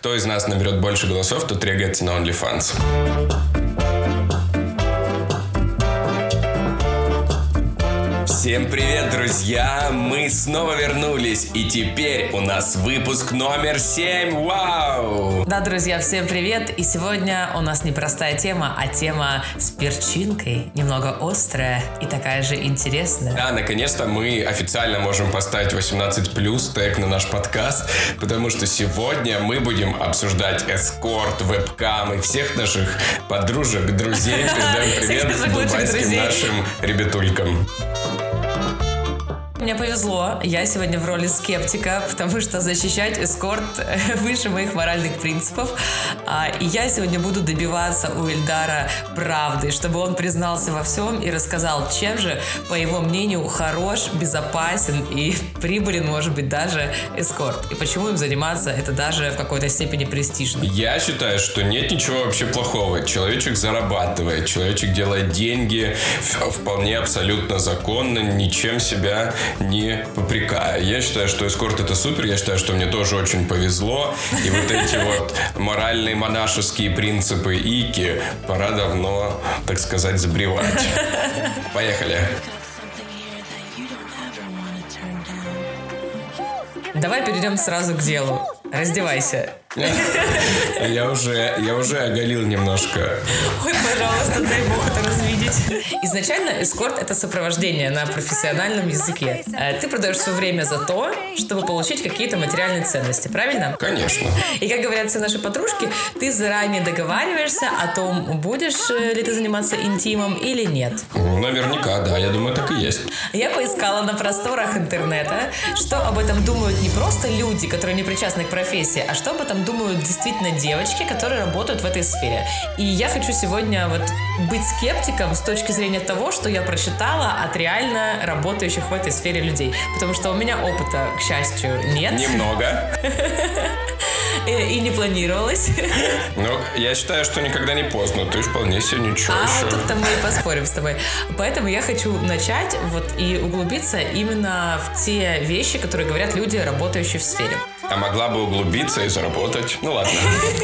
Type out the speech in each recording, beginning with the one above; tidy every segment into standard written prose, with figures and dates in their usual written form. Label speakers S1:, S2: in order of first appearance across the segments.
S1: Кто из нас наберет больше голосов, тот регается на OnlyFans. Всем привет, друзья! Мы снова вернулись, и теперь у нас выпуск номер 7. Вау!
S2: Да, друзья, всем привет! И сегодня у нас не простая тема, а тема с перчинкой, немного острая и такая же интересная.
S1: Да, наконец-то мы официально можем поставить 18+ тег на наш подкаст, потому что сегодня мы будем обсуждать эскорт, вебкам и всех наших подружек, друзей. Передаем привет дубайским нашим ребятулькам.
S2: Мне повезло, я сегодня в роли скептика, потому что защищать эскорт выше моих моральных принципов. И я сегодня буду добиваться у Ильдара правды, чтобы он признался во всем и рассказал, чем же, по его мнению, хорош, безопасен и прибылен, может быть, даже эскорт. И почему им заниматься это даже в какой-то степени престижно.
S1: Я считаю, что нет ничего вообще плохого. Человечек зарабатывает, человечек делает деньги вполне абсолютно законно, ничем себя не попрекая. Я считаю, что эскорт это супер. Я считаю, что мне тоже очень повезло. И вот эти вот моральные монашеские принципы Ики пора давно, так сказать, забревать. Поехали.
S2: Давай перейдем сразу к делу. Раздевайся.
S1: Я уже оголил немножко.
S2: Ой, пожалуйста, дай бог это развидеть. Изначально эскорт — это сопровождение на профессиональном языке. Ты продаешь свое время за то, чтобы получить какие-то материальные ценности, правильно?
S1: Конечно.
S2: И, как говорят все наши подружки, ты заранее договариваешься о том, будешь ли ты заниматься интимом или нет.
S1: Наверняка, да, я думаю, так и есть.
S2: Я поискала на просторах интернета, что об этом думают не просто люди, которые не причастны к профессии, а что об этом думают действительно девочки, которые работают в этой сфере. И я хочу сегодня быть скептиком с точки зрения того, что я прочитала от реально работающих в этой сфере людей. Потому что у меня опыта, к счастью, нет.
S1: Немного.
S2: И не планировалось.
S1: Но я считаю, что никогда не поздно. Ты вполне себе ничего еще.
S2: Вот тут-то мы и поспорим с тобой. Поэтому я хочу начать и углубиться именно в те вещи, которые говорят люди, работающие в сфере.
S1: А могла бы углубиться и заработать. Ну ладно.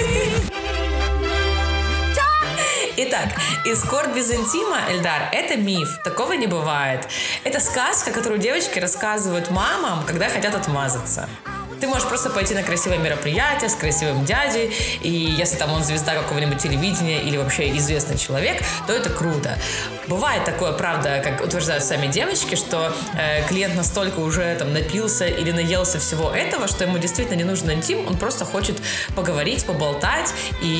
S2: Итак, эскорт без интима, Эльдар, это миф. Такого не бывает. Это сказка, которую девочки рассказывают мамам, когда хотят отмазаться. Ты можешь просто пойти на красивое мероприятие с красивым дядей, и если там он звезда какого-нибудь телевидения или вообще известный человек, то это круто. Бывает такое, правда, как утверждают сами девочки, что клиент настолько уже напился или наелся всего этого, что ему действительно не нужен интим, он просто хочет поговорить, поболтать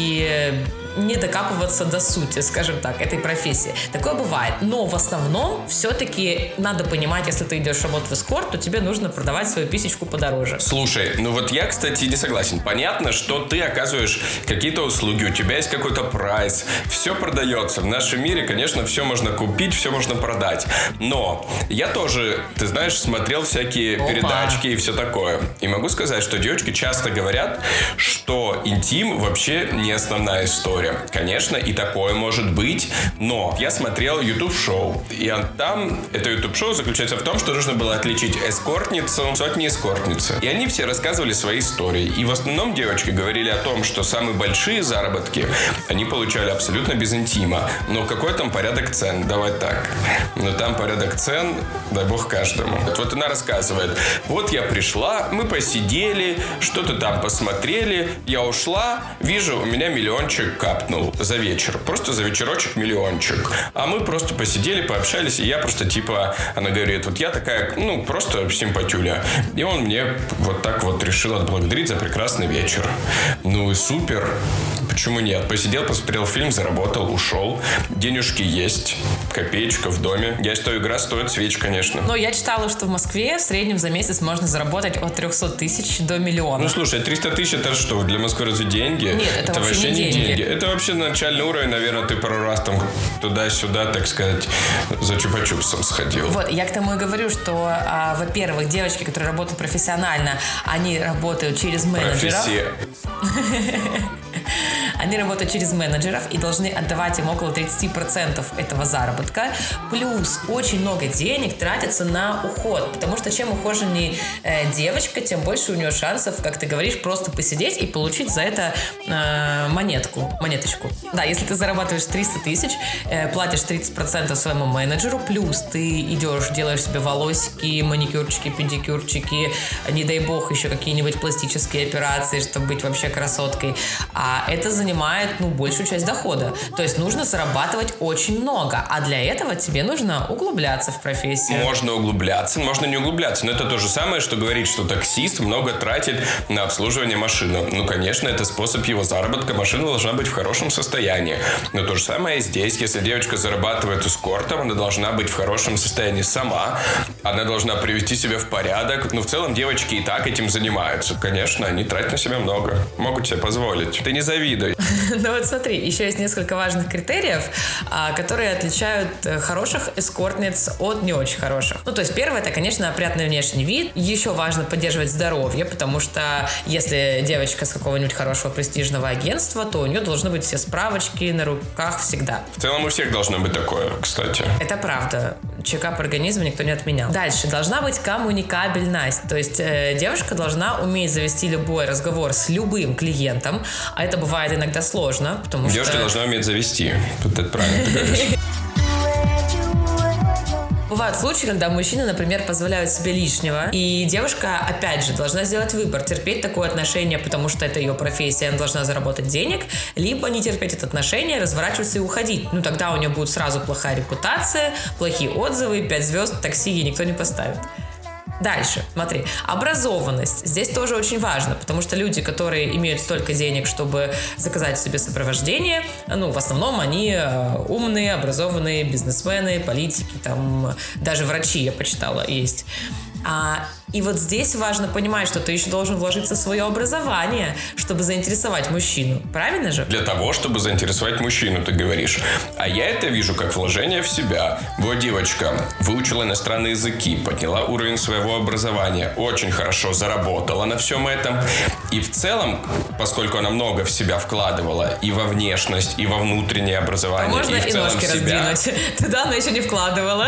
S2: и не докапываться до сути, скажем так, этой профессии. Такое бывает. Но в основном все-таки надо понимать, если ты идешь работать в эскорт, то тебе нужно продавать свою писечку подороже.
S1: Слушай, я, кстати, не согласен. Понятно, что ты оказываешь какие-то услуги, у тебя есть какой-то прайс, все продается. В нашем мире, конечно, все можно купить, все можно продать. Но я тоже, ты знаешь, смотрел всякие передачки и все такое. И могу сказать, что девочки часто говорят, что интим вообще не основная история. Конечно, и такое может быть, но я смотрел YouTube-шоу, и там это YouTube-шоу заключается в том, что нужно было отличить эскортницу от неэскортницы. И они все рассказывали свои истории. И в основном девочки говорили о том, что самые большие заработки они получали абсолютно без интима. Но какой там порядок цен? Давай так. Но там порядок цен, дай бог каждому. Вот она рассказывает. Вот я пришла, мы посидели, что-то там посмотрели, я ушла, вижу, у меня миллиончик капнул за вечер. Просто за вечерочек миллиончик. А мы просто посидели, пообщались, и я просто она говорит, вот я такая, просто симпатюля. И он мне вот так вот решил отблагодарить за прекрасный вечер. Ну и супер. Почему нет? Посидел, посмотрел фильм, заработал, ушел. Денежки есть. Копеечка в доме. Я считаю, игра стоит свеч, конечно.
S2: Но я читала, что в Москве в среднем за месяц можно заработать от 300 тысяч до миллиона.
S1: Ну, слушай, 300 тысяч это что? Для Москвы разве деньги?
S2: Нет, это вообще не деньги.
S1: Это вообще начальный уровень, наверное, ты пару раз там туда-сюда, так сказать, за чупа-чупсом сходил.
S2: Вот, я к тому и говорю, что, во-первых, девочки, которые работают профессионально, они работают через менеджеров. Они работают через менеджеров и должны отдавать им около 30% этого заработка. Плюс очень много денег тратится на уход, потому что чем ухоженнее девочка, тем больше у нее шансов, как ты говоришь, просто посидеть и получить за это монеточку. Да, если ты зарабатываешь 300 тысяч, платишь 30% своему менеджеру, плюс ты идешь, делаешь себе волосики, маникюрчики, педикюрчики, не дай бог еще какие-нибудь пластические операции, чтобы быть вообще красоткой. А это занимает, большую часть дохода. То есть нужно зарабатывать очень много, а для этого тебе нужно углубляться в профессию.
S1: Можно углубляться, можно не углубляться, но это то же самое, что говорить, что таксист много тратит на обслуживание машины. Конечно, это способ его заработка, машина должна быть в хорошем состоянии. Но то же самое и здесь, если девочка зарабатывает эскортом, она должна быть в хорошем состоянии сама, она должна привести себя в порядок. В целом девочки и так этим занимаются. Конечно, они тратят на себя много, могут себе позволить. Ты не завидуй.
S2: Ну смотри, еще есть несколько важных критериев, которые отличают хороших эскортниц от не очень хороших. То есть первое, это, конечно, опрятный внешний вид. Еще важно поддерживать здоровье, потому что если девочка с какого-нибудь хорошего престижного агентства, то у нее должны быть все справочки на руках всегда.
S1: В целом у всех должно быть такое, кстати.
S2: Это правда. Чекап организма никто не отменял. Дальше. Должна быть коммуникабельность. То есть девушка должна уметь завести любой разговор с любым клиентом, а это бывает иногда сложно, потому что...
S1: Девушка должна уметь завести. Это правильно ты говоришь.
S2: Бывают случаи, когда мужчины, например, позволяют себе лишнего, и девушка, опять же, должна сделать выбор, терпеть такое отношение, потому что это ее профессия, она должна заработать денег, либо не терпеть это отношение, разворачиваться и уходить. Тогда у нее будет сразу плохая репутация, плохие отзывы, 5 звезд, такси ей никто не поставит. Дальше, смотри, образованность. Здесь тоже очень важно, потому что люди, которые имеют столько денег, чтобы заказать себе сопровождение, в основном они умные, образованные бизнесмены, политики, даже врачи, я почитала, есть. И вот здесь важно понимать, что ты еще должен вложиться в свое образование, чтобы заинтересовать мужчину. Правильно же?
S1: Для того, чтобы заинтересовать мужчину, ты говоришь. А я это вижу как вложение в себя. Вот девочка выучила иностранные языки, подняла уровень своего образования, очень хорошо заработала на всем этом. И в целом, поскольку она много в себя вкладывала и во внешность, и во внутреннее образование,
S2: можно
S1: и в целом
S2: ножки
S1: себя...
S2: раздвинуть. Туда она еще не вкладывала.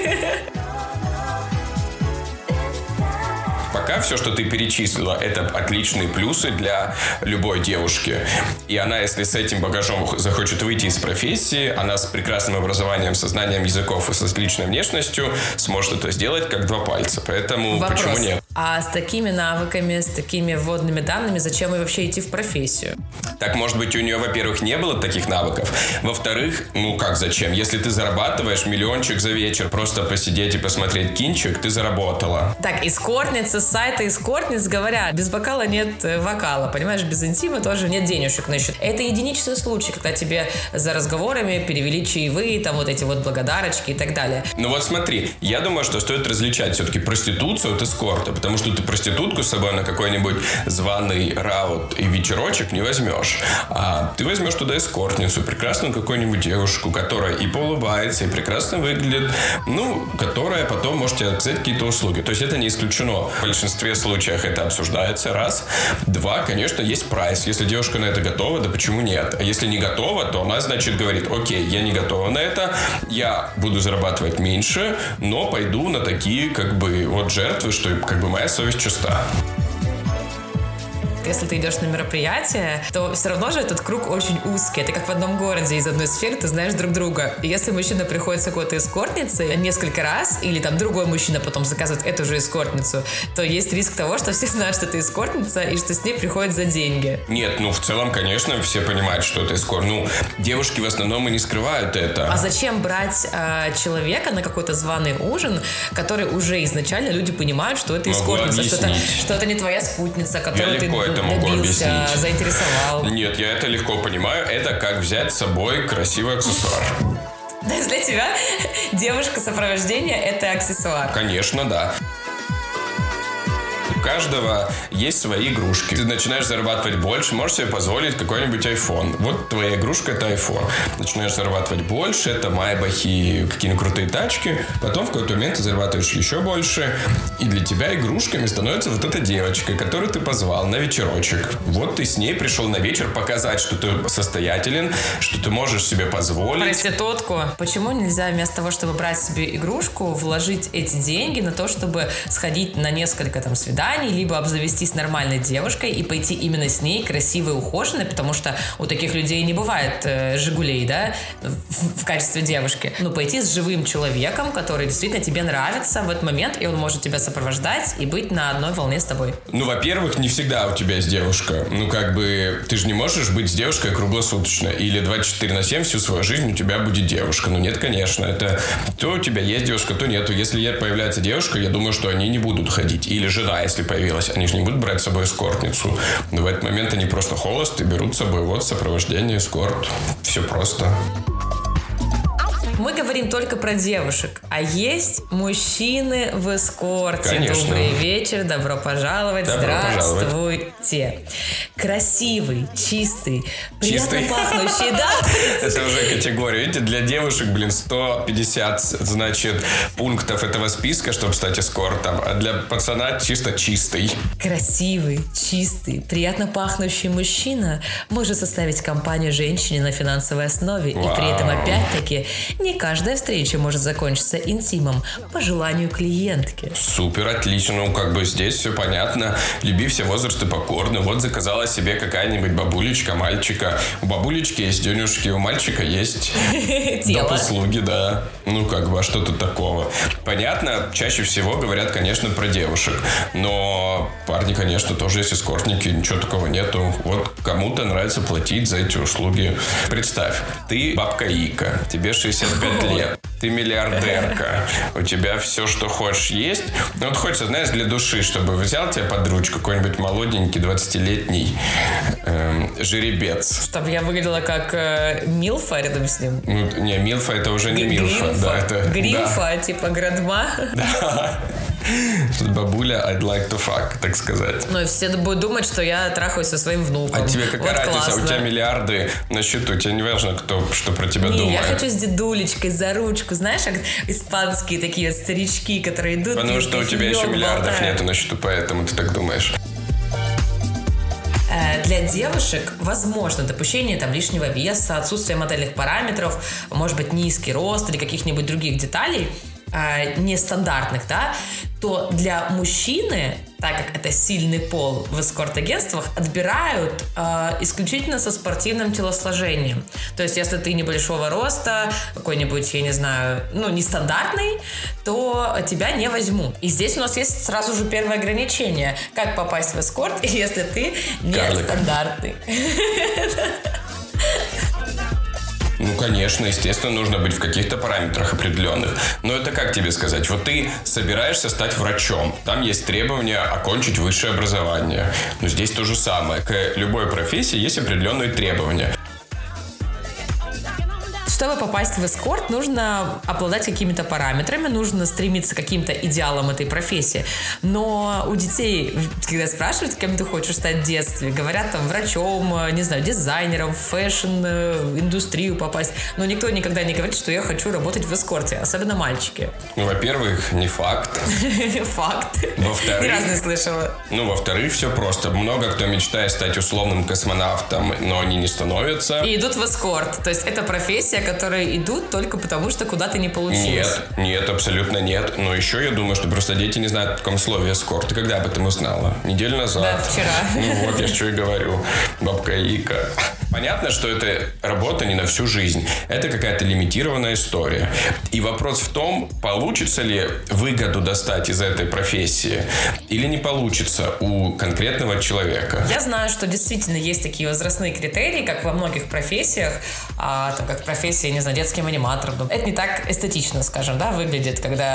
S1: Пока все, что ты перечислила, это отличные плюсы для любой девушки. И она, если с этим багажом захочет выйти из профессии, она с прекрасным образованием, со знанием языков и с отличной внешностью сможет это сделать как 2 пальца. Поэтому
S2: вопрос.
S1: Почему нет?
S2: А с такими навыками, с такими вводными данными, зачем ей вообще идти в профессию?
S1: Так, может быть, у нее, во-первых, не было таких навыков. Во-вторых, зачем? Если ты зарабатываешь миллиончик за вечер, просто посидеть и посмотреть кинчик, ты заработала.
S2: Так, эскортницы с сайта эскортниц говорят, без бокала нет вокала, понимаешь, без интима тоже нет денежек на счет. Это единичный случай, когда тебе за разговорами перевели чаевые, эти благодарочки и так далее.
S1: Смотри, я думаю, что стоит различать все-таки проституцию от эскорта, потому что ты проститутку с собой на какой-нибудь званый раут и вечерочек не возьмешь. А ты возьмешь туда эскортницу, прекрасную какую-нибудь девушку, которая и поулыбается, и прекрасно выглядит, которая потом может тебе оказать какие-то услуги. То есть это не исключено. В большинстве случаев это обсуждается, раз. 2, конечно, есть прайс. Если девушка на это готова, да почему нет? А если не готова, то она, значит, говорит, окей, я не готова на это, я буду зарабатывать меньше, но пойду на такие, жертвы, что, моя совесть чиста.
S2: Если ты идешь на мероприятие, то все равно же этот круг очень узкий. Это как в одном городе из одной сферы, ты знаешь друг друга. И если мужчина приходит с какой-то эскортницей несколько раз, или другой мужчина потом заказывает эту же эскортницу, то есть риск того, что все знают, что это эскортница, и что с ней приходят за деньги.
S1: Нет, в целом, конечно, все понимают, что это эскорт. Девушки в основном и не скрывают это.
S2: А зачем брать человека на какой-то званый ужин, который уже изначально люди понимают, что это эскортница, что это не твоя спутница, которую ты добился, заинтересовал.
S1: Нет, я это легко понимаю. Это как взять с собой красивый аксессуар.
S2: То есть для тебя девушка сопровождения — это аксессуар?
S1: Конечно, да. каждого есть свои игрушки. Ты начинаешь зарабатывать больше, можешь себе позволить какой-нибудь iPhone. Вот твоя игрушка — это iPhone. Начинаешь зарабатывать больше, это майбахи, какие-нибудь крутые тачки. Потом в какой-то момент ты зарабатываешь еще больше. И для тебя игрушками становится вот эта девочка, которую ты позвал на вечерочек. Вот ты с ней пришел на вечер показать, что ты состоятелен, что ты можешь себе позволить.
S2: Проститутку. Почему нельзя вместо того, чтобы брать себе игрушку, вложить эти деньги на то, чтобы сходить на несколько там свиданий, либо обзавестись нормальной девушкой и пойти именно с ней красивой, ухоженной, потому что у таких людей не бывает жигулей, да, в качестве девушки. Ну, пойти с живым человеком, который действительно тебе нравится в этот момент, и он может тебя сопровождать и быть на одной волне с тобой.
S1: Ну, во-первых, не всегда у тебя есть девушка. Ну, как бы, ты же не можешь быть с девушкой круглосуточно. Или 24/7 всю свою жизнь у тебя будет девушка. Ну, нет, конечно. Это то у тебя есть девушка, то нету. Если появляется девушка, я думаю, что они не будут ходить. Или жена, если появилась. Они же не будут брать с собой эскортницу. Но в этот момент они просто холосты, берут с собой вот сопровождение, эскорт. Все просто.
S2: Мы говорим только про девушек, а есть мужчины в эскорте.
S1: Конечно.
S2: Добрый вечер, добро пожаловать, здравствуйте. Красивый, чистый, приятно пахнущий, да?
S1: Это уже категория. Видите, для девушек, 150, значит, пунктов этого списка, чтобы стать эскортом, а для пацана чисто чистый.
S2: Красивый, чистый, приятно пахнущий мужчина может составить компанию женщине на финансовой основе. Вау. И при этом, опять-таки, не каждая встреча может закончиться интимом по желанию клиентки.
S1: Супер, отлично. Ну, как бы здесь все понятно. Люби все возрасты покорны. Вот заказала себе какая-нибудь бабулечка, мальчика. У бабулечки есть денежки, у мальчика есть доп. Услуги, да. Ну, как бы, а что тут такого? Понятно, чаще всего говорят, конечно, про девушек. Но парни, конечно, тоже есть эскортники. Ничего такого нету. Вот кому-то нравится платить за эти услуги. Представь, ты бабка Ика, тебе 65 лет, ты миллиардерка, у тебя все, что хочешь, есть. Ну, вот хочется, знаешь, для души, чтобы взял тебя под ручку какой-нибудь молоденький 20-летний жеребец.
S2: Чтобы я выглядела как Милфа рядом с ним.
S1: Ну, не, Милфа это уже не Милфа. Да, это,
S2: Грифа, да. Типа Градма.
S1: Да. Бабуля, I'd like to fuck, так сказать.
S2: Ну и все будут думать, что я трахаюсь со своим внуком.
S1: А тебе какая разница? Классно. У тебя миллиарды на счету. Тебе не важно, что про тебя думает.
S2: Я хочу с дедулечкой за ручку. Знаешь, как испанские такие старички, которые идут.
S1: Потому что у тебя еще миллиардов нету на счету, поэтому ты так думаешь.
S2: Для девушек возможно допущение там лишнего веса, отсутствие модельных параметров, может быть низкий рост или каких-нибудь других деталей нестандартных, да, то для мужчины, так как это сильный пол в эскорт-агентствах, отбирают исключительно со спортивным телосложением. То есть, если ты небольшого роста, какой-нибудь, я не знаю, ну, нестандартный, то тебя не возьмут. И здесь у нас есть сразу же первое ограничение. Как попасть в эскорт, если ты нестандартный?
S1: Ну, конечно, естественно, нужно быть в каких-то параметрах определенных. Но это как тебе сказать? Вот ты собираешься стать врачом. Там есть требования окончить высшее образование. Но здесь то же самое. К любой профессии есть определенные требования.
S2: Чтобы попасть в эскорт, нужно обладать какими-то параметрами, нужно стремиться к каким-то идеалам этой профессии. Но у детей, когда спрашивают, кем ты хочешь стать в детстве, говорят там врачом, не знаю, дизайнером, в фэшн-индустрию попасть. Но никто никогда не говорит, что я хочу работать в эскорте, особенно мальчики.
S1: Ну, во-первых, не факт.
S2: Факт.
S1: Во-вторых,
S2: ни разу не слышала.
S1: Ну, во-вторых, все просто. Много кто мечтает стать условным космонавтом, но они не становятся.
S2: И идут в эскорт. То есть это профессия, которые идут только потому, что куда-то не получилось.
S1: Нет, абсолютно нет. Но еще я думаю, что просто дети не знают о таком слове эскорт. Ты когда об этом узнала? Неделю назад.
S2: Да, вчера.
S1: Ну вот, я что и говорю. Бабка Ика. Понятно, что это работа не на всю жизнь. Это какая-то лимитированная история. И вопрос в том, получится ли выгоду достать из этой профессии или не получится у конкретного человека.
S2: Я знаю, что действительно есть такие возрастные критерии, как во многих профессиях, там, как профессия, не знаю, детским аниматором. Это не так эстетично, скажем, да, выглядит, когда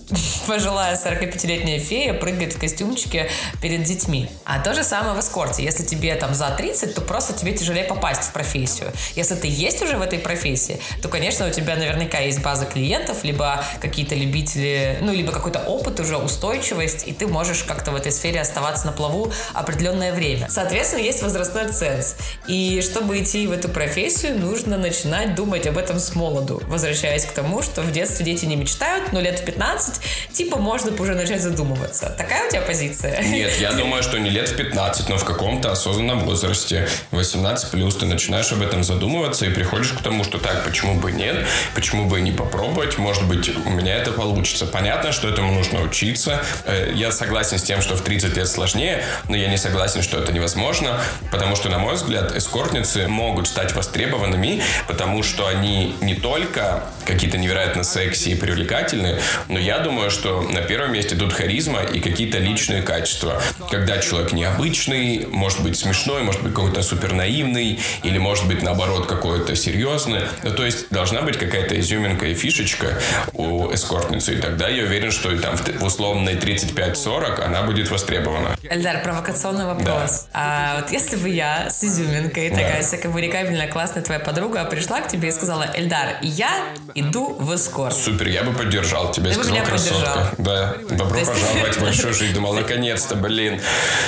S2: пожилая 45-летняя фея прыгает в костюмчике перед детьми. А то же самое в эскорте. Если тебе там за 30, то просто тебе тяжелее попасть в профессию. Если ты есть уже в этой профессии, то, конечно, у тебя наверняка есть база клиентов, либо какие-то любители, либо какой-то опыт уже, устойчивость, и ты можешь как-то в этой сфере оставаться на плаву определенное время. Соответственно, есть возрастной ценз. И чтобы идти в эту профессию, нужно начинать думать об этом с молоду. Возвращаясь к тому, что в детстве дети не мечтают, но лет в 15, можно уже начать задумываться. Такая у тебя позиция?
S1: Нет, я думаю, что не лет в 15, но в каком-то осознанном возрасте, 18+, ты начинаешь об этом задумываться и приходишь к тому, что так, почему бы нет, почему бы не попробовать, может быть, у меня это получится. Понятно, что этому нужно учиться. Я согласен с тем, что в 30 лет сложнее, но я не согласен, что это невозможно, потому что, на мой взгляд, эскортницы могут стать востребованными, потому что они не только какие-то невероятно секси и привлекательные, но я думаю, что на первом месте тут харизма и какие-то личные качества. Когда человек необычный, может быть смешной, может быть какой-то супер наивный, или может быть наоборот какой-то серьезный. То есть должна быть какая-то изюминка и фишечка у эскортницы. И тогда я уверен, что и там в условной 35-40 она будет востребована.
S2: Эльдар, провокационный вопрос. Да. А вот если бы я с изюминкой, такая вся коммуникабельная, классная твоя подруга пришла к тебе и сказала: Эльдар, я иду в эскорт.
S1: Супер, я бы поддержал тебя. Ты сказал, красотка. Да, добро пожаловать в большую жизнь. Думал, наконец-то, блин.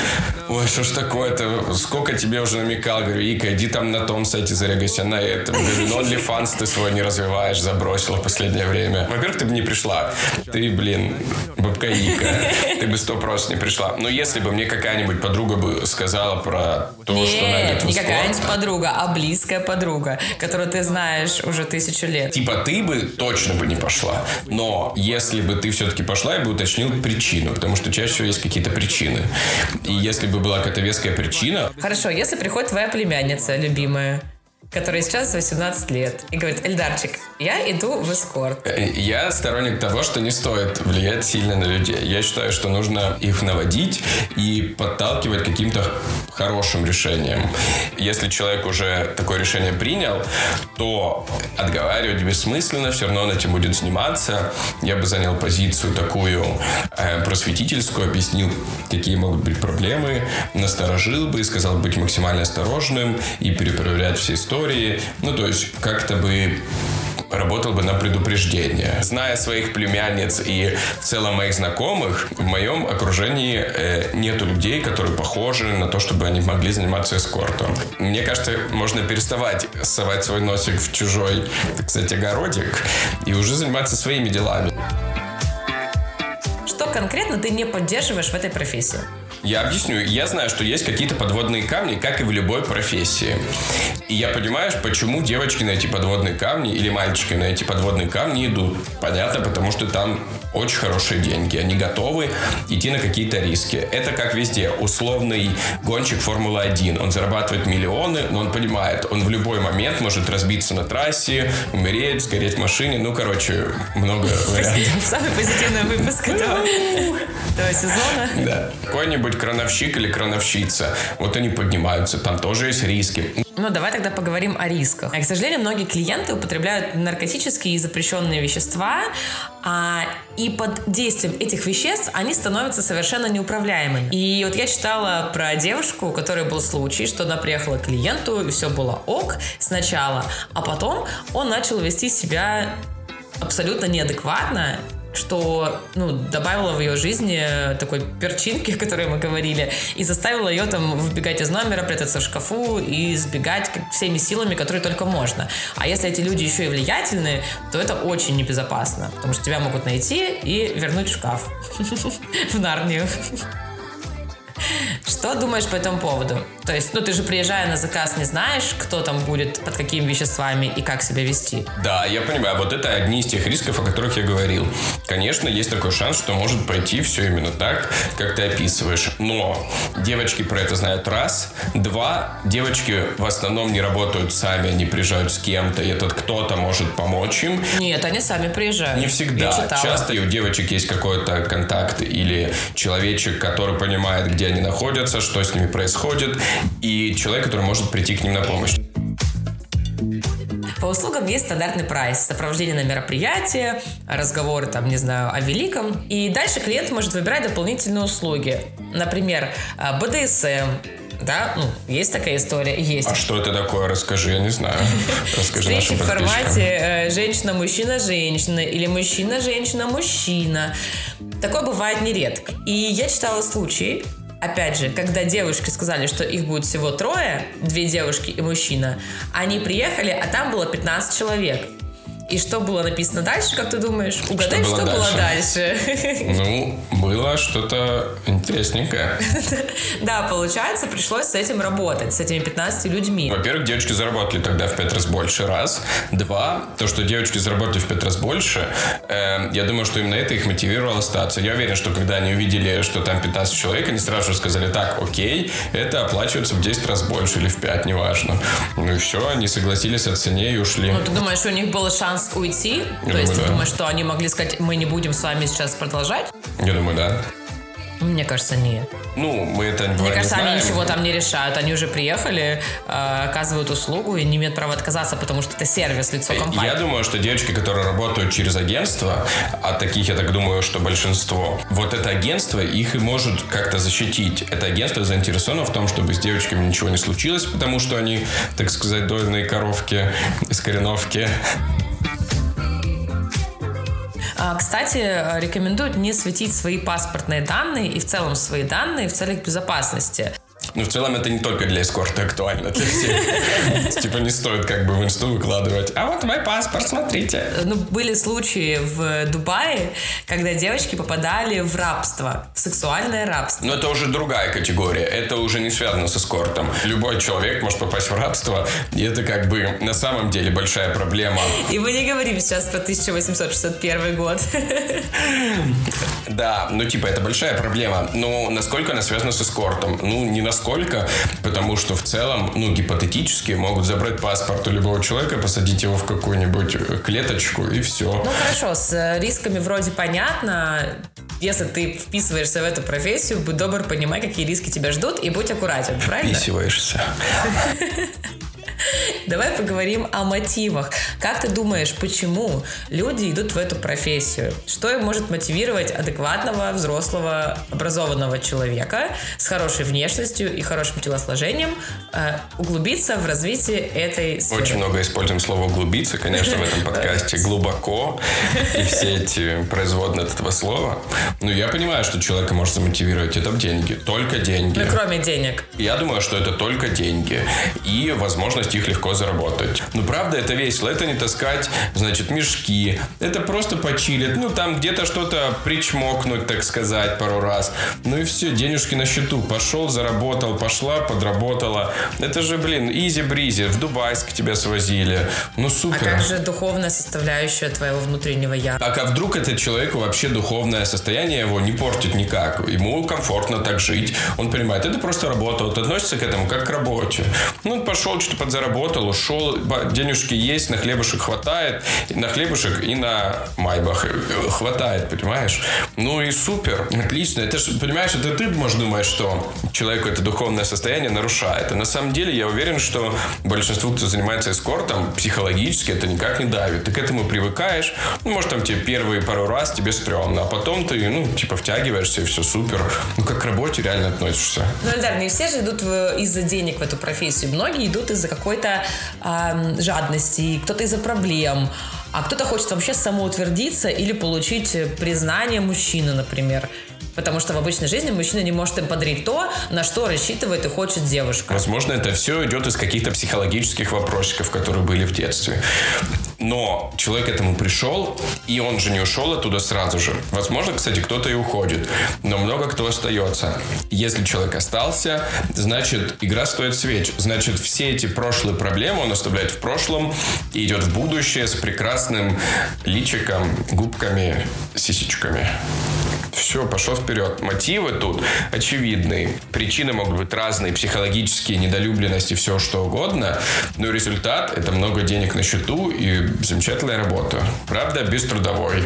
S1: Ой, что ж такое-то? Сколько тебе уже намекал? Говорю, Ика, иди там на том сайте зарегайся, на этом. Говорю, OnlyFans ты свой не развиваешь, забросила в последнее время. Во-первых, ты бы не пришла. Ты, бабка Ика. Ты бы 100% не пришла. Но если бы мне какая-нибудь подруга бы сказала про то, что она идет в эскорт...
S2: не какая-нибудь подруга, а близкая подруга, которую ты знаешь уже 1000 лет.
S1: Типа ты бы точно бы не пошла. Но если бы ты все-таки пошла, я бы уточнил причину, потому что чаще всего есть какие-то причины. И если бы была какая-то веская причина...
S2: Хорошо, если приходит твоя племянница любимая, которой сейчас 18 лет, и говорит: Эльдарчик, я иду в эскорт.
S1: Я сторонник того, что не стоит влиять сильно на людей. Я считаю, что нужно их наводить и подталкивать к каким-то хорошим решениям. Если человек уже такое решение принял, то отговаривать бессмысленно, все равно он этим будет заниматься. Я бы занял позицию такую просветительскую, объяснил, какие могут быть проблемы, насторожил бы и сказал быть максимально осторожным и перепроверять все истории. То есть как-то бы работал бы на предупреждение. Зная своих племянниц и в целом моих знакомых, в моем окружении нету людей, которые похожи на то, чтобы они могли заниматься эскортом. Мне кажется, можно переставать совать свой носик в чужой, так сказать, огородик и уже заниматься своими делами.
S2: Что конкретно ты не поддерживаешь в этой профессии?
S1: Я объясню. Я знаю, что есть какие-то подводные камни, как и в любой профессии. И я понимаю, почему девочки на эти подводные камни или мальчики на эти подводные камни идут. Понятно, потому что там очень хорошие деньги. Они готовы идти на какие-то риски. Это как везде. Условный гонщик Формулы-1. Он зарабатывает миллионы, но он понимает, он в любой момент может разбиться на трассе, умереть, сгореть в машине. Много вариантов.
S2: Самый позитивный выпуск этого сезона.
S1: Да. Какой-нибудь крановщик или крановщица. Вот они поднимаются. Там тоже есть риски.
S2: Давай тогда поговорим о рисках. К сожалению, многие клиенты употребляют наркотические и запрещенные вещества, и под действием этих веществ они становятся совершенно неуправляемыми. И вот я читала про девушку, у которой был случай, что она приехала к клиенту, и все было ок сначала, а потом он начал вести себя абсолютно неадекватно, что добавило в ее жизни такой перчинки, о которой мы говорили, и заставило ее выбегать из номера, прятаться в шкафу и сбегать всеми силами, которые только можно. А если эти люди еще и влиятельные, то это очень небезопасно, потому что тебя могут найти и вернуть в шкаф в Нарнию. Что думаешь по этому поводу? То есть, ты же, приезжая на заказ, не знаешь, кто там будет, под какими веществами и как себя вести.
S1: Да, я понимаю. Вот это одни из тех рисков, о которых я говорил. Конечно, есть такой шанс, что может пройти все именно так, как ты описываешь. Но девочки про это знают раз. Два, девочки в основном не работают сами, они приезжают с кем-то, и этот кто-то может помочь им.
S2: Нет, они сами приезжают.
S1: Не всегда. Часто у девочек есть какой-то контакт или человечек, который понимает, где они находятся, что с ними происходит, и человек, который может прийти к ним на помощь.
S2: По услугам есть стандартный прайс, сопровождение на мероприятие, разговоры там, не знаю, о великом. И дальше клиент может выбирать дополнительные услуги. Например, БДСМ. Да, есть такая история, есть.
S1: А что это такое? Расскажи, я не знаю. Расскажи нашим подписчикам.
S2: В формате женщина-мужчина-женщина или мужчина-женщина-мужчина. Такое бывает нередко. И я читала случаи, опять же, когда девушки сказали, что их будет всего 3, 2 девушки и мужчина, они приехали, а там было 15 человек. И что было написано дальше, как ты думаешь? Угадай, что было дальше?
S1: Было что-то интересненькое.
S2: Да, получается, пришлось с этим работать, с этими 15 людьми.
S1: Во-первых, девочки заработали тогда в 5 раз больше, раз. 2, то, что девочки заработали в 5 раз больше, я думаю, что именно это их мотивировало остаться. Я уверен, что когда они увидели, что там 15 человек, они сразу же сказали, так, окей, это оплачивается в 10 раз больше или в 5, неважно. Ну и все, они согласились о цене и ушли.
S2: Ты думаешь, у них был шанс уйти? То есть ты думаешь, что они могли сказать, мы не будем с вами сейчас продолжать?
S1: Я думаю, да.
S2: Мне кажется, нет.
S1: Мы это
S2: Мне кажется,
S1: не знаем.
S2: они ничего там не решают. Они уже приехали, оказывают услугу и не имеют права отказаться, потому что это сервис, лицо компании.
S1: Я думаю, что девочки, которые работают через агентство, а таких, я так думаю, что большинство, вот это агентство их и может как-то защитить. Это агентство заинтересовано в том, чтобы с девочками ничего не случилось, потому что они, так сказать, дойные коровки из Кореновки.
S2: Кстати, рекомендуют не светить свои паспортные данные и в целом свои данные в целях безопасности.
S1: В целом это не только для эскорта актуально, для всех. Типа не стоит как бы в инсту выкладывать. А вот мой паспорт, смотрите.
S2: Были случаи в Дубае, когда девочки попадали в рабство, в сексуальное рабство.
S1: Но это уже другая категория. Это уже не связано с эскортом. Любой человек может попасть в рабство, и это как бы на самом деле большая проблема.
S2: И мы не говорим сейчас про 1861 год.
S1: Да, это большая проблема. Но насколько она связана с эскортом? Не насколько, потому что в целом, гипотетически могут забрать паспорт у любого человека, посадить его в какую-нибудь клеточку и все.
S2: Хорошо, с рисками вроде понятно. Если ты вписываешься в эту профессию, будь добр, понимай, какие риски тебя ждут, и будь аккуратен, правильно?
S1: Вписываешься.
S2: Давай поговорим о мотивах. Как ты думаешь, почему люди идут в эту профессию? Что им может мотивировать адекватного, взрослого, образованного человека с хорошей внешностью и хорошим телосложением углубиться в развитие этой сферы?
S1: Очень много используем слово «углубиться», конечно, в этом подкасте. Глубоко. И все эти производные от этого слова. Я понимаю, что человека может замотивировать. Это деньги. Только деньги.
S2: Кроме денег.
S1: Я думаю, что это только деньги. И возможность их легко заработать. Правда, это весело. Это не таскать, мешки. Это просто почилить. Там где-то что-то причмокнуть, так сказать, пару раз. И все, денежки на счету. Пошел, заработал, пошла, подработала. Это же, изи-бризи. В Дубайск тебя свозили. Супер.
S2: А как же духовная составляющая твоего внутреннего «я»?
S1: А вдруг этот человеку вообще духовное состояние его не портит никак? Ему комфортно так жить. Он понимает, это просто работа. Вот относится к этому как к работе. Пошел, что-то подзаработал, ушел, денежки есть, на хлебушек хватает, на хлебушек и на майбах хватает, понимаешь? И супер, отлично. Это же, понимаешь, это ты, может, думаешь, что человеку это духовное состояние нарушает. А на самом деле я уверен, что большинству, кто занимается эскортом, психологически это никак не давит. Ты к этому привыкаешь. Может, тебе первые пару раз тебе стрёмно, а потом ты, втягиваешься, и все супер. Как к работе реально относишься.
S2: Эльдар, не все же идут из-за денег в эту профессию. Многие идут из-за какой-то жадности, кто-то из-за проблем, а кто-то хочет вообще самоутвердиться или получить признание мужчины, например. Потому что в обычной жизни мужчина не может им подарить то, на что рассчитывает и хочет девушка.
S1: Возможно, это все идет из каких-то психологических вопросиков, которые были в детстве. Но человек к этому пришел, и он же не ушел оттуда сразу же. Возможно, кстати, кто-то и уходит, но много кто остается. Если человек остался, значит, игра стоит свеч. Значит, все эти прошлые проблемы он оставляет в прошлом и идет в будущее с прекрасным личиком, губками, сисечками. Все, пошел вперед. Мотивы тут очевидные. Причины могут быть разные, психологические, недолюбленности, все что угодно. Но результат — это много денег на счету и замечательная работа. Правда, без трудовой.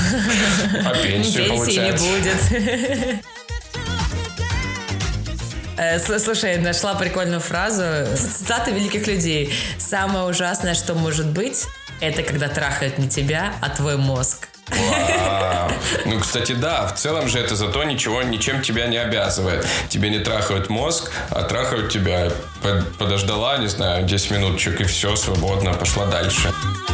S1: А пенсию получать?
S2: Пенсии не будет. Слушай, нашла прикольную фразу. Цитаты великих людей. Самое ужасное, что может быть, это когда трахают не тебя, а твой мозг.
S1: Вау. Ну, кстати, да, в целом же это зато ничем тебя не обязывает. Тебе не трахают мозг, а трахают тебя. Подождала, не знаю, 10 минуточек, и все, свободно, пошла дальше.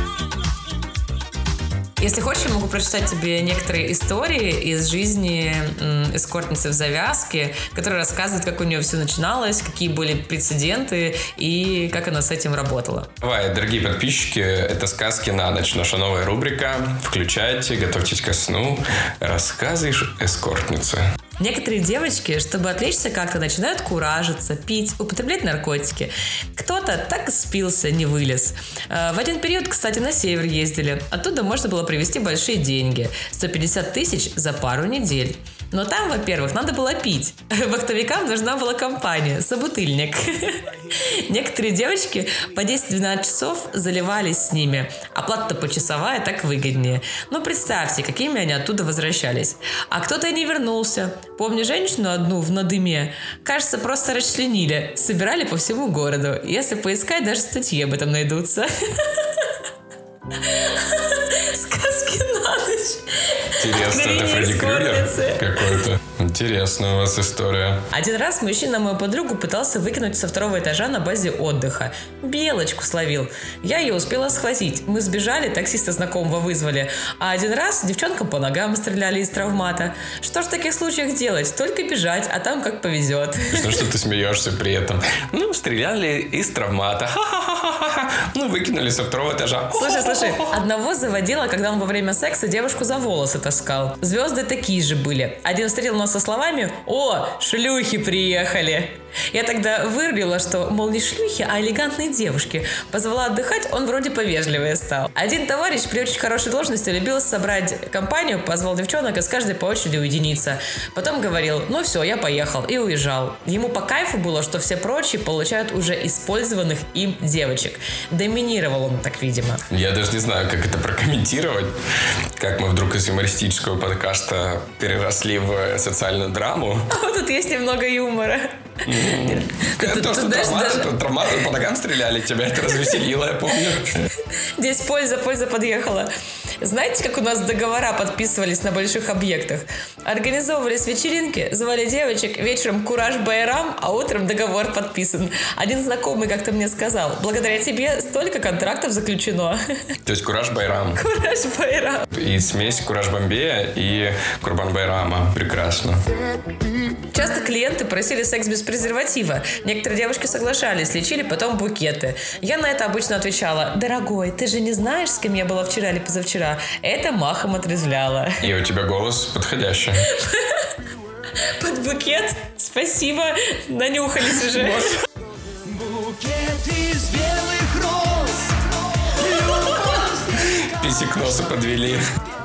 S2: Если хочешь, я могу прочитать тебе некоторые истории из жизни эскортницы в завязке, которые рассказывают, как у нее все начиналось, какие были прецеденты и как она с этим работала.
S1: Давай, дорогие подписчики, это «Сказки на ночь», наша новая рубрика. Включайте, готовьтесь ко сну. Рассказы эскортницы.
S2: Некоторые девочки, чтобы отвлечься как-то, начинают куражиться, пить, употреблять наркотики. Кто-то так и спился, не вылез. В один период, кстати, на север ездили. Оттуда можно было привезти большие деньги. 150 тысяч за пару недель. Но там, во-первых, надо было пить. Вахтовикам нужна была компания, собутыльник. Некоторые девочки по 10-12 часов заливались с ними. Оплата-то почасовая, так выгоднее. Но представьте, какими они оттуда возвращались. А кто-то и не вернулся. Помню женщину одну в надыме. Кажется, просто расчленили. Собирали по всему городу. Если поискать, даже статьи об этом найдутся. Сказки на ночь.
S1: Интересно, это Фредди Крюгер какой-то? Интересная у вас история.
S2: Один раз мужчина мою подругу пытался выкинуть со 2-го этажа на базе отдыха. Белочку словил. Я ее успела схватить. Мы сбежали, таксиста знакомого вызвали. А один раз девчонкам по ногам стреляли из травмата. Что ж в таких случаях делать? Только бежать, а там как повезет.
S1: Ну что ты смеешься при этом? Ну, стреляли из травмата. Ха-ха-ха-ха-ха. Ну, выкинули со 2-го этажа.
S2: Слушай, одного заводила, когда он во время секса девушку за волосы таскал. Звезды такие же были. Один встретил нас со словами: «О, шлюхи приехали!» Я тогда вырубила, что, мол, не шлюхи, а элегантные девушки. Позвала отдыхать, он вроде повежливее стал. Один товарищ при очень хорошей должности любил собрать компанию, позвал девчонок и с каждой по очереди уединиться. Потом говорил: ну все, я поехал, и уезжал. Ему по кайфу было, что все прочие получают уже использованных им девочек. Доминировал он так, видимо.
S1: Я даже не знаю, как это прокомментировать. Как мы вдруг из юмористического подкаста переросли в социальную драму.
S2: А вот тут есть немного юмора.
S1: То, что травматы по ногам стреляли, тебя это развеселило, я помню.
S2: Здесь польза подъехала. Знаете, как у нас договора подписывались на больших объектах? Организовывались вечеринки, звали девочек, вечером кураж байрам, а утром договор подписан. Один знакомый как-то мне сказал: благодаря тебе столько контрактов заключено.
S1: То есть кураж байрам.
S2: Кураж байрам.
S1: И смесь кураж бомбея и курбан байрама. Прекрасно.
S2: Часто клиенты просили секс без презерватива. Некоторые девушки соглашались, лечили потом букеты. Я на это обычно отвечала: дорогой, ты же не знаешь, с кем я была вчера или позавчера. Это махом отрезвляло.
S1: И у тебя голос подходящий.
S2: Под букет? Спасибо, нанюхались уже.
S3: Букет из белых роз.
S1: Писек носа подвели.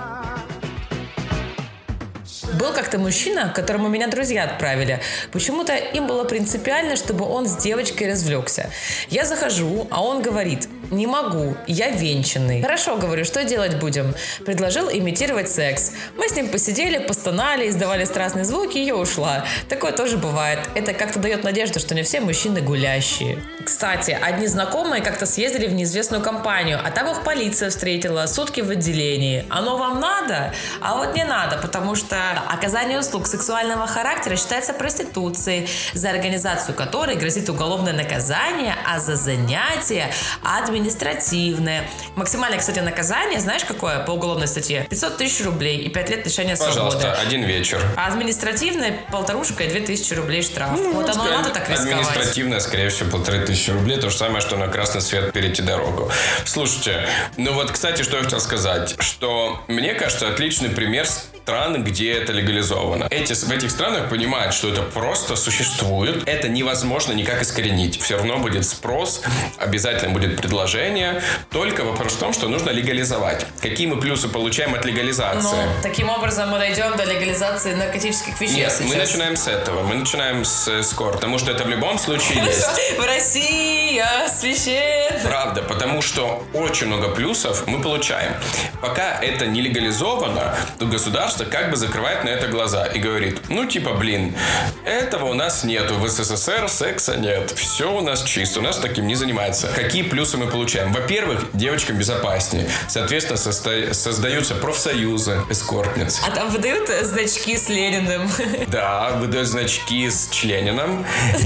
S2: Был как-то мужчина, к которому меня друзья отправили. Почему-то им было принципиально, чтобы он с девочкой развлекся. Я захожу, а он говорит: не могу, я венчанный. Хорошо, говорю, что делать будем? Предложил имитировать секс. Мы с ним посидели, постонали, издавали страстные звуки, и я ушла. Такое тоже бывает. Это как-то дает надежду, что не все мужчины гулящие. Кстати, одни знакомые как-то съездили в неизвестную компанию, а там их полиция встретила, сутки в отделении. Оно вам надо? А вот не надо, потому что оказание услуг сексуального характера считается проституцией, за организацию которой грозит уголовное наказание, а за занятие административное. Максимальное, кстати, наказание, знаешь, какое по уголовной статье? 500 тысяч рублей и 5 лет лишения свободы.
S1: Пожалуйста, один вечер.
S2: А административное 1500 и 2000 рублей штраф. Вот оно надо так рисковать.
S1: Административное, скорее всего, 1500 рублей. То же самое, что на красный свет перейти дорогу. Слушайте, ну вот, кстати, что я хотел сказать. Что, мне кажется, отличный пример стран, где это легализовано. В этих странах понимают, что это просто существует. Это невозможно никак искоренить. Все равно будет спрос, обязательно будет предложение. Только вопрос в том, что нужно легализовать. Какие мы плюсы получаем от легализации?
S2: Ну, таким образом мы дойдем до легализации наркотических веществ.
S1: Нет,
S2: сейчас.
S1: мы начинаем с этого. Мы начинаем с эскорта, потому что это в любом случае есть.
S2: В России священна.
S1: Правда, потому что очень много плюсов мы получаем. Пока это не легализовано, то государство как бы закрывает на это глаза и говорит, ну типа, блин, этого у нас нету, в СССР секса нет, все у нас чисто, у нас таким не занимается. Какие плюсы мы получаем? Во-первых, девочкам безопаснее, соответственно, создаются профсоюзы эскортниц.
S2: А там выдают значки с Лениным?
S1: Да, выдают значки с членином.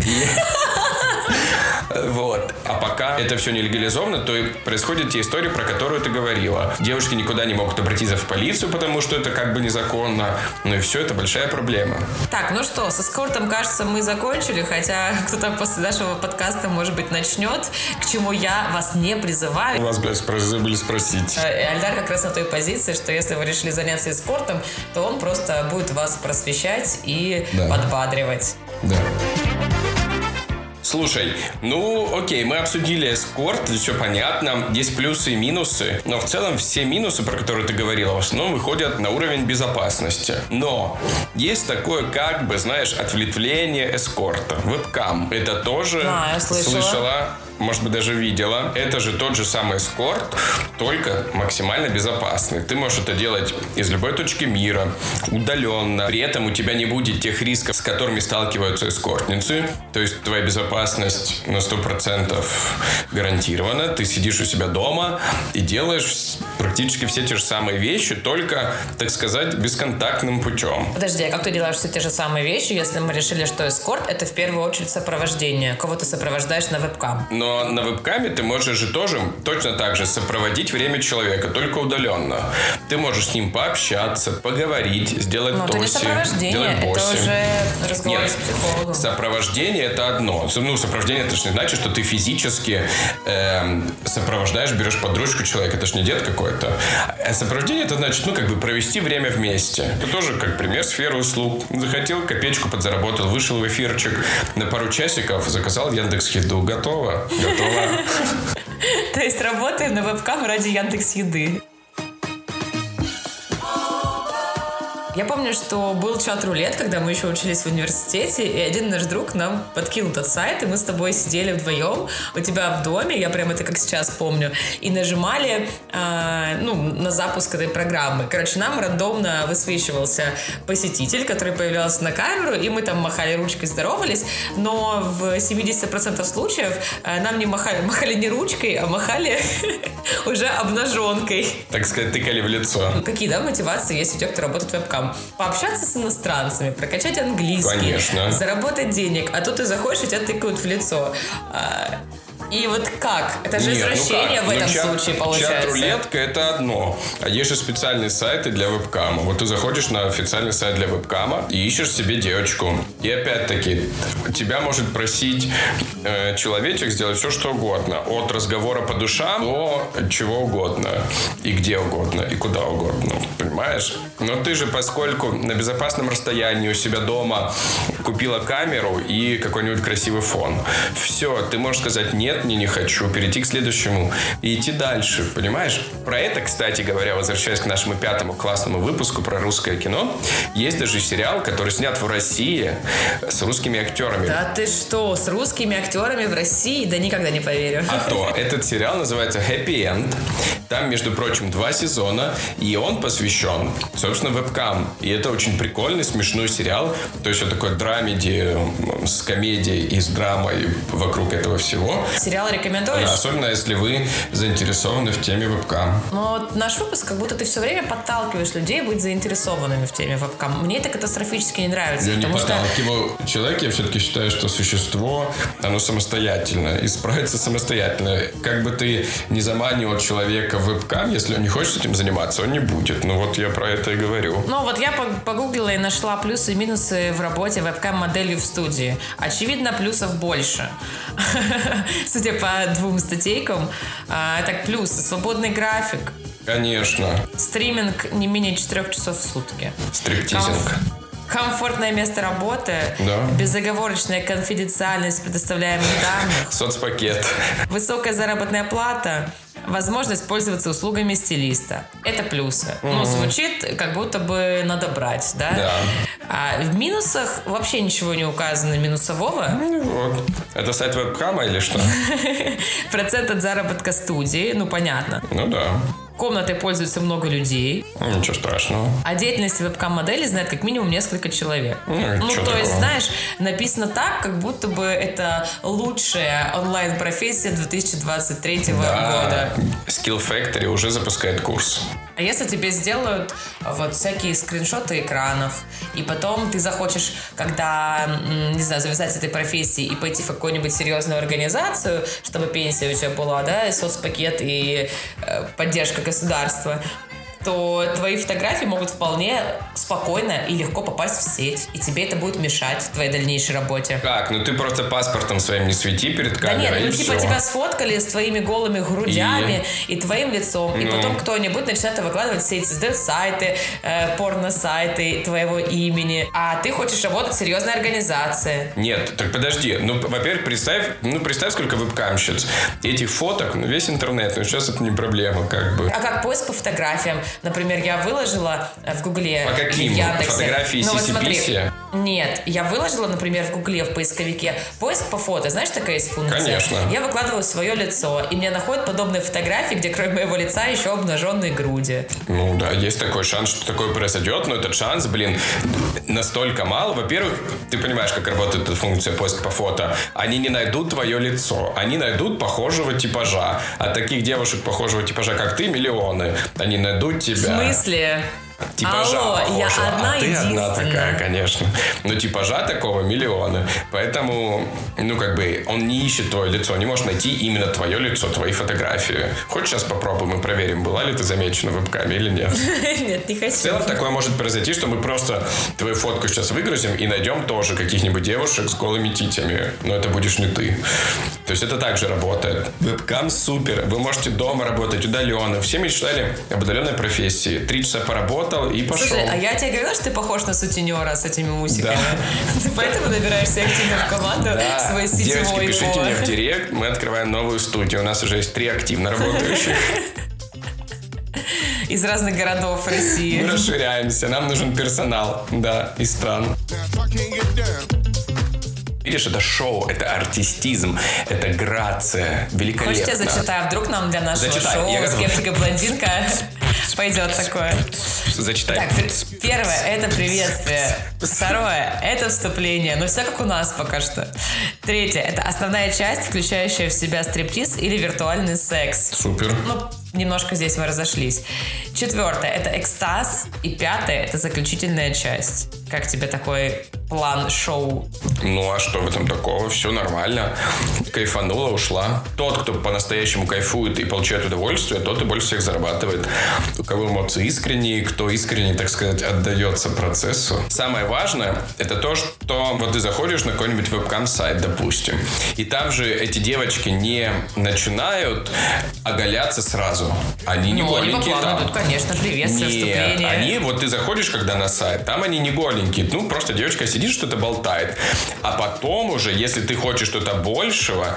S1: Вот. А пока это все не легализовано, то и происходят те истории, про которые ты говорила. Девушки никуда не могут обратиться в полицию, потому что это как бы незаконно. Ну и все, это большая проблема.
S2: Так, ну что, с эскортом, кажется, мы закончили, хотя кто-то после нашего подкаста, может быть, начнет, к чему я вас не призываю.
S1: Вас, блядь, забыли спросить.
S2: Эльдар как раз на той позиции, что если вы решили заняться эскортом, то он просто будет вас просвещать и подбадривать.
S1: Да. Слушай, ну окей, мы обсудили эскорт, все понятно, есть плюсы и минусы, но в целом все минусы, про которые ты говорила, в основном выходят на уровень безопасности. Но есть такое, как бы, знаешь, ответвление эскорта. Вебкам. Это тоже
S2: я слышала.
S1: Может быть, даже видела. Это же тот же самый эскорт, только максимально безопасный. Ты можешь это делать из любой точки мира, удаленно. При этом у тебя не будет тех рисков, с которыми сталкиваются эскортницы. То есть твоя безопасность на 100% гарантирована. Ты сидишь у себя дома и делаешь практически все те же самые вещи, только, так сказать, бесконтактным путем.
S2: Подожди, а как ты делаешь все те же самые вещи, если мы решили, что эскорт — это в первую очередь сопровождение? Кого ты сопровождаешь на вебкам?
S1: Но на вебкаме ты можешь же тоже точно так же сопроводить время человека, только удаленно. Ты можешь с ним пообщаться, поговорить, сделать
S2: тоси,
S1: это не
S2: сопровождение, это уже разговор с психологом.
S1: Сопровождение — это одно. Ну, сопровождение — это же не значит, что ты физически сопровождаешь, берешь под ручку человека. Это же не дед какой-то. А сопровождение — это значит, ну, как бы провести время вместе. Это тоже как пример сферы услуг. Захотел, копеечку подзаработал, вышел в эфирчик на пару часиков, заказал Яндекс.Еду. Готово.
S2: То есть работаем на вебкам ради Яндекс.Еды. Я помню, что был чат-рулет, когда мы еще учились в университете, и один наш друг нам подкинул этот сайт, и мы с тобой сидели вдвоем у тебя в доме, я прям это как сейчас помню, и нажимали на запуск этой программы. Короче, нам рандомно высвечивался посетитель, который появлялся на камеру, и мы там махали ручкой, здоровались, но в 70% случаев нам не махали не ручкой, а махали уже обнаженкой.
S1: Так сказать, тыкали в лицо.
S2: Какие, мотивации есть у тех, кто работает в вебкам? Пообщаться с иностранцами, прокачать английский,
S1: конечно,
S2: заработать денег, а тут ты заходишь и тебя тыкают в лицо. И вот как? Это же извращение в этом случае получается.
S1: Чат-рулетка — это одно. А есть же специальные сайты для вебкама. Вот ты заходишь на официальный сайт для вебкама и ищешь себе девочку. И опять-таки, тебя может просить человечек сделать все, что угодно. От разговора по душам до чего угодно. И где угодно, и куда угодно. Понимаешь? Но ты же, поскольку на безопасном расстоянии у себя дома купила камеру и какой-нибудь красивый фон. Все, ты можешь сказать «нет, не хочу», перейти к следующему и идти дальше, понимаешь? Про это, кстати говоря, возвращаясь к нашему 5-му классному выпуску про русское кино, есть даже сериал, который снят в России с русскими актерами.
S2: Да ты что, с русскими актерами в России? Да никогда не поверю.
S1: А то, этот сериал называется «Happy End». Там, между прочим, 2 сезона, и он посвящен, собственно, вебкам. И это очень прикольный, смешной сериал. То есть, вот такой драмеди с комедией и с драмой вокруг этого всего.
S2: Сериал рекомендуешь?
S1: Да, особенно, если вы заинтересованы в теме вебкам.
S2: Но вот наш выпуск, как будто ты все время подталкиваешь людей быть заинтересованными в теме вебкам. Мне это катастрофически не нравится.
S1: Я не подталкиваю человека, я все-таки считаю, что существо, оно самостоятельно, и справится самостоятельно. Как бы ты не заманивал человека в вебкам, если он не хочет этим заниматься, он не будет. Ну вот я про это и говорю.
S2: Ну вот я погуглила и нашла плюсы и минусы в работе вебкам-моделью в студии. Очевидно, плюсов больше. Судя по 2 статейкам. Так, плюсы. Свободный график.
S1: Конечно.
S2: Стриминг не менее 4 часов в сутки.
S1: Стриптизинг.
S2: Комфортное место работы.
S1: Да.
S2: Безоговорочная конфиденциальность предоставляемых данных.
S1: Соцпакет.
S2: Высокая заработная плата. Возможность пользоваться услугами стилиста. Это плюсы. Ну, звучит, как будто бы надо брать, да?
S1: Да.
S2: А в минусах вообще ничего не указано минусового.
S1: Ну вот. Это сайт вебкама или что?
S2: Процент от заработка студии, ну, понятно.
S1: Ну да.
S2: Комнатой пользуется много людей.
S1: Ничего страшного.
S2: О деятельности вебкам-модели знает как минимум несколько человек.
S1: Ну, чё
S2: то есть,
S1: такого?
S2: знаешь, написано так, как будто бы это лучшая онлайн-профессия 2023 года.
S1: Skill Factory уже запускает курс.
S2: А если тебе сделают вот всякие скриншоты экранов, и потом ты захочешь, когда, не знаю, завязать с этой профессией и пойти в какую-нибудь серьезную организацию, чтобы пенсия у тебя была, да, соцпакет и поддержка государства, то твои фотографии могут вполне спокойно и легко попасть в сеть, и тебе это будет мешать в твоей дальнейшей работе.
S1: Как? Ну ты просто паспортом своим не свети перед
S2: Да
S1: камерой,
S2: нет,
S1: и
S2: ну типа
S1: всё.
S2: тебя сфоткали с твоими голыми грудями и твоим лицом, и потом кто-нибудь начинает это выкладывать в сеть, создает сайты, порно-сайты твоего имени, а ты хочешь работать в серьезной организации.
S1: Нет, так подожди. Ну, во-первых, представь, сколько вебкамщиц. Этих фоток, весь интернет. Ну, сейчас это не проблема, как бы.
S2: А как поиск по фотографиям? Например, я выложила в Гугле
S1: По каким?
S2: или в Яндексе.
S1: Фотографии
S2: Ну, вот
S1: CC-PC?
S2: смотри. Нет, я выложила, например, в Гугле в поисковике поиск по фото. Знаешь, такая есть функция?
S1: Конечно.
S2: Я выкладываю свое лицо, и мне находят подобные фотографии, где кроме моего лица еще обнаженные груди.
S1: Ну да, есть такой шанс, что такое произойдет, но этот шанс, настолько мало. Во-первых, ты понимаешь, как работает эта функция поиска по фото. Они не найдут твое лицо, они найдут похожего типажа. А таких девушек похожего типажа, как ты, миллионы. Они найдут тебя.
S2: В смысле?
S1: Типажа
S2: Алло,
S1: похожего.
S2: я одна
S1: а ты одна
S2: единственная.
S1: такая, конечно. Но типажа такого миллионы. Поэтому, он не ищет твое лицо, не может найти именно твое лицо, твои фотографии. Хочешь, сейчас попробуем и проверим, была ли ты замечена в вебкаме или нет?
S2: Нет, не хочу.
S1: В целом такое может произойти, что мы просто твою фотку сейчас выгрузим и найдем тоже каких-нибудь девушек с голыми титями. Но это будешь не ты. То есть это также работает. Вебкам супер. Вы можете дома работать удаленно. Все мечтали об удаленной профессии. 3 часа поработал и пошел.
S2: Слушай, а я тебе говорила, что ты похож на сутенера с этими усиками? Ты поэтому набираешься активно в команду свой сетевой
S1: Девочки, пишите
S2: его.
S1: мне в директ. Мы открываем новую студию. У нас уже есть 3 активно работающих.
S2: Из разных городов
S1: Мы
S2: России.
S1: расширяемся. Нам нужен персонал. Да, из стран. Видишь, это шоу, это артистизм, это грация. Великолепно.
S2: Хочешь, я зачитаю? Вдруг нам для нашего
S1: Зачитай,
S2: шоу
S1: я готов.
S2: «Скептика-блондинка» пойдет такое.
S1: Зачитай.
S2: Так, первое – это приветствие. Второе – это вступление. Ну, все как у нас пока что. Третье – это основная часть, включающая в себя стриптиз или виртуальный секс.
S1: Супер.
S2: Ну, немножко здесь мы разошлись. Четвертое – это экстаз. И пятое – это заключительная часть. Как тебе такой план шоу?
S1: Ну, а что в этом такого? Все нормально. Кайфанула, ушла. Тот, кто по-настоящему кайфует и получает удовольствие, тот и больше всех зарабатывает. У кого эмоции искренние, кто искренне, так сказать, отдается процессу. Самое важное, это то, что вот ты заходишь на какой-нибудь вебкам-сайт, допустим, и там же эти девочки не начинают оголяться сразу. Они не
S2: Ну, они по
S1: голенькие
S2: плану
S1: там.
S2: идут, конечно, приветствие, вступление.
S1: Они, вот ты заходишь, когда на сайт, там они не голенькие. Ну, просто девочка сидит, что-то болтает. А потом уже, если ты хочешь что-то большего,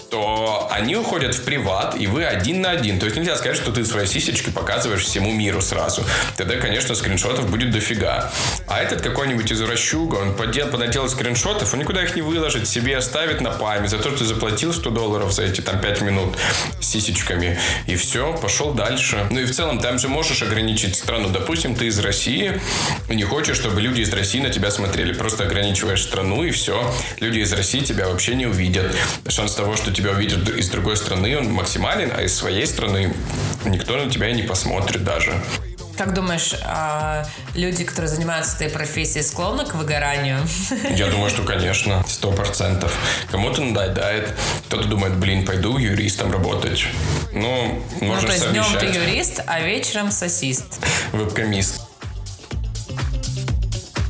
S1: то они уходят в приват, и вы 1 на 1. То есть нельзя сказать, что ты свои сисечки показываешь всему миру сразу. Тогда, конечно, скриншотов будет дофига. А этот какой-нибудь извращуга, он понаделал скриншотов, он никуда их не выложит, себе оставит на память. За то, что ты заплатил $100 за эти там 5 минут с сисечками. И все, пошел дальше. Ну и в целом, там же можешь ограничить страну. Допустим, ты из России, не хочешь, чтобы люди из России на тебя смотрели. Просто ограничиваешь страну, и все. Люди из России тебя вообще не увидят. Шанс того, что тебя увидят из другой страны, он максимален, а из своей страны никто на тебя и не посмотрит даже.
S2: Как думаешь, люди, которые занимаются этой профессией, склонны к выгоранию?
S1: Я думаю, что, конечно, 100%. Кому-то надоедает. Кто-то думает, пойду юристом работать. Ну,
S2: Ну,
S1: можешь
S2: то есть днем ты
S1: совмещать.
S2: юрист, а вечером сосист.
S1: Вебкамист.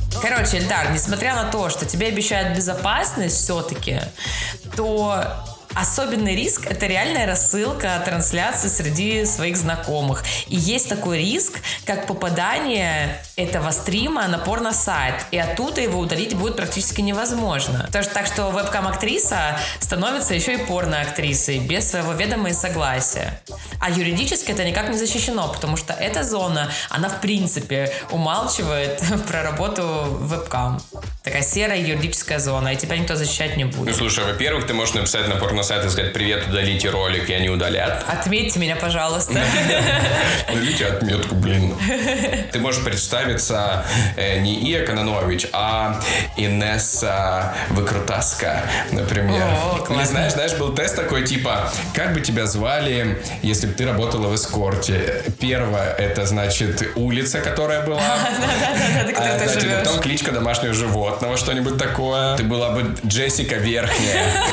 S2: Короче, Эльдар, несмотря на то, что тебе обещают безопасность все-таки, то Особенный риск – это реальная рассылка трансляции среди своих знакомых. И есть такой риск, как попадание этого стрима на порно-сайт. И оттуда его удалить будет практически невозможно. Так что вебкам-актриса становится еще и порно-актрисой без своего ведома и согласия. А юридически это никак не защищено, потому что эта зона, она в принципе умалчивает про работу вебкам. Такая серая юридическая зона, и тебя никто защищать не будет.
S1: Ну, слушай, во-первых, ты можешь написать на порносайт и сказать: привет, удалите ролик, и они удалят.
S2: Отметьте меня, пожалуйста.
S1: Удалите отметку, блин. Ты можешь представиться не Ия Кононович, а Инесса Выкрутаска, например. Или знаешь, был тест такой, типа, как бы тебя звали, если бы ты работала в эскорте? Первое, это, значит, улица, которая была. Да, потом кличка домашнего животного, что-нибудь такое. Ты была бы Джессика Верхняя.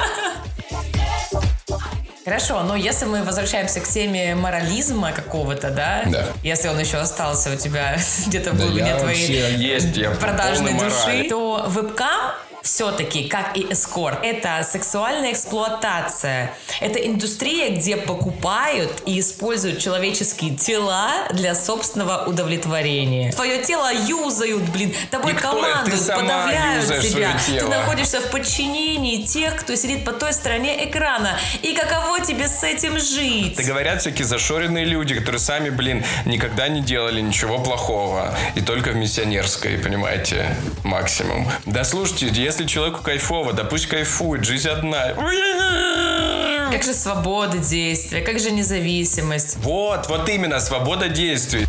S2: Хорошо, но если мы возвращаемся к теме морализма какого-то, да? Если он еще остался у тебя где-то в глубине твоей продажной души, то вебкам все-таки, как и эскорт, это сексуальная эксплуатация. Это индустрия, где покупают и используют человеческие тела для собственного удовлетворения. Твое тело юзают, тобой командуют, подавляют тебя. Ты находишься в подчинении тех, кто сидит по той стороне экрана. И каково тебе с этим жить?
S1: Это говорят всякие зашоренные люди, которые сами, никогда не делали ничего плохого. И только в миссионерской, понимаете, максимум. Да слушайте, если человеку кайфово, да пусть кайфует, жизнь одна.
S2: Как же свобода действия, как же независимость?
S1: Вот именно, свобода действий.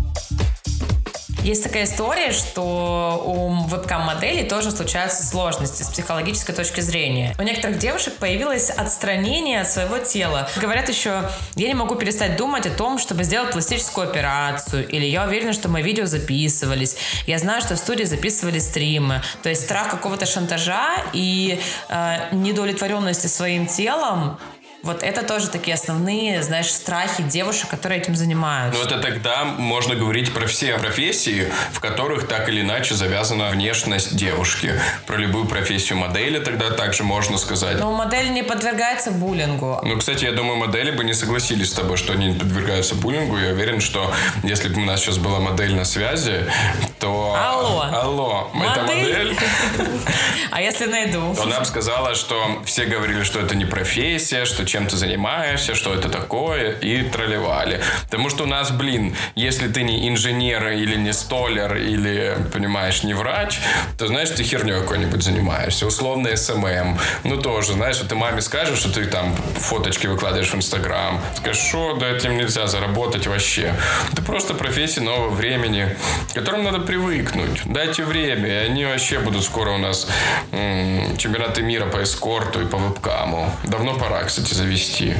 S2: Есть такая история, что у вебкам-моделей тоже случаются сложности с психологической точки зрения. У некоторых девушек появилось отстранение от своего тела. Говорят еще: я не могу перестать думать о том, чтобы сделать пластическую операцию, или я уверена, что мои видео записывались, я знаю, что в студии записывали стримы. То есть страх какого-то шантажа и недовлетворенности своим телом. Вот это тоже такие основные, страхи девушек, которые этим занимаются.
S1: Но это тогда можно говорить про все профессии, в которых так или иначе завязана внешность девушки. Про любую профессию модели тогда также можно сказать.
S2: Но модель не подвергается буллингу.
S1: Кстати, я думаю, модели бы не согласились с тобой, что они не подвергаются буллингу. Я уверен, что если бы у нас сейчас была модель на связи, то... Алло, это модель?
S2: А если найду?
S1: То она бы сказала, что все говорили, что это не профессия, что чем ты занимаешься, что это такое, и тролливали. Потому что у нас, если ты не инженер или не столер, или, понимаешь, не врач, то, ты херней какой-нибудь занимаешься. Условно СММ. Тоже, ты маме скажешь, что ты там фоточки выкладываешь в Инстаграм. Скажешь, что, да этим нельзя заработать вообще. Это просто профессия нового времени, к которым надо привыкнуть. Дайте время, и они вообще будут скоро у нас чемпионаты мира по эскорту и по вебкаму. Давно пора, кстати, завести.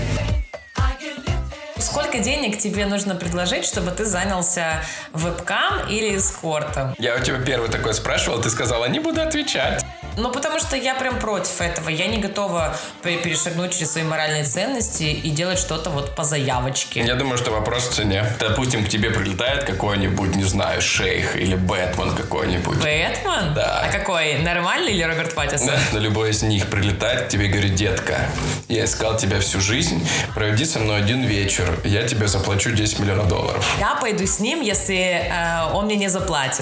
S2: Сколько денег тебе нужно предложить, чтобы ты занялся вебкам или эскортом?
S1: Я у тебя первый такой спрашивал, ты сказала: не буду отвечать.
S2: Потому что я прям против этого. Я не готова перешагнуть через свои моральные ценности и делать что-то по заявочке.
S1: Я думаю, что вопрос в цене. Допустим, к тебе прилетает какой-нибудь, не знаю, шейх или Бэтмен какой-нибудь.
S2: Бэтмен?
S1: Да.
S2: А какой? Нормальный или Роберт Паттинсон?
S1: Да, но любой из них прилетает к тебе и говорит: детка, я искал тебя всю жизнь, проведи со мной один вечер, я тебе заплачу $10 миллионов.
S2: Я пойду с ним, если он мне не заплатит.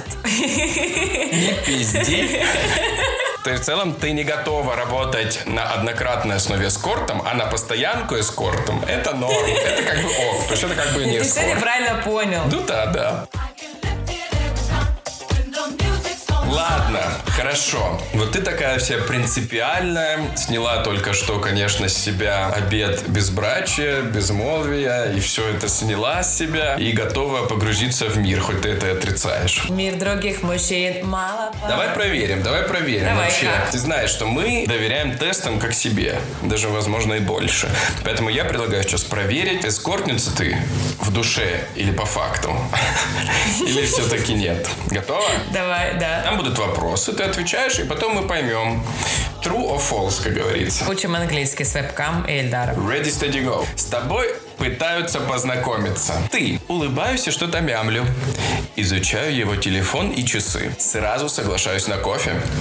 S1: Не пизди. То есть в целом ты не готова работать на однократной основе эскортом, а на постоянку эскортом. Это норм. Это как бы ок. Потому что это как бы не эскорт.
S2: Ты все неправильно понял.
S1: Да. Ладно, хорошо. Вот ты такая вся принципиальная. Сняла только что, конечно, с себя обет безбрачия, безмолвия. И все это сняла с себя. И готова погрузиться в мир, хоть ты это и отрицаешь.
S2: Мир других мужчин мало.
S1: Давай проверим.
S2: Давай
S1: вообще.
S2: как?
S1: Ты знаешь, что мы доверяем тестам как себе. Даже, возможно, и больше. Поэтому я предлагаю сейчас проверить, эскортница ты в душе или по факту. Или все-таки нет. Готова?
S2: Давай, да.
S1: Там будут вопросы, ты отвечаешь, и потом мы поймем, true or false, как говорится.
S2: Учим английский с вебкам и Эльдаром.
S1: Ready, steady, go. С тобой пытаются познакомиться. Ты. Улыбаюсь и что-то мямлю. Изучаю его телефон и часы. Сразу соглашаюсь на кофе.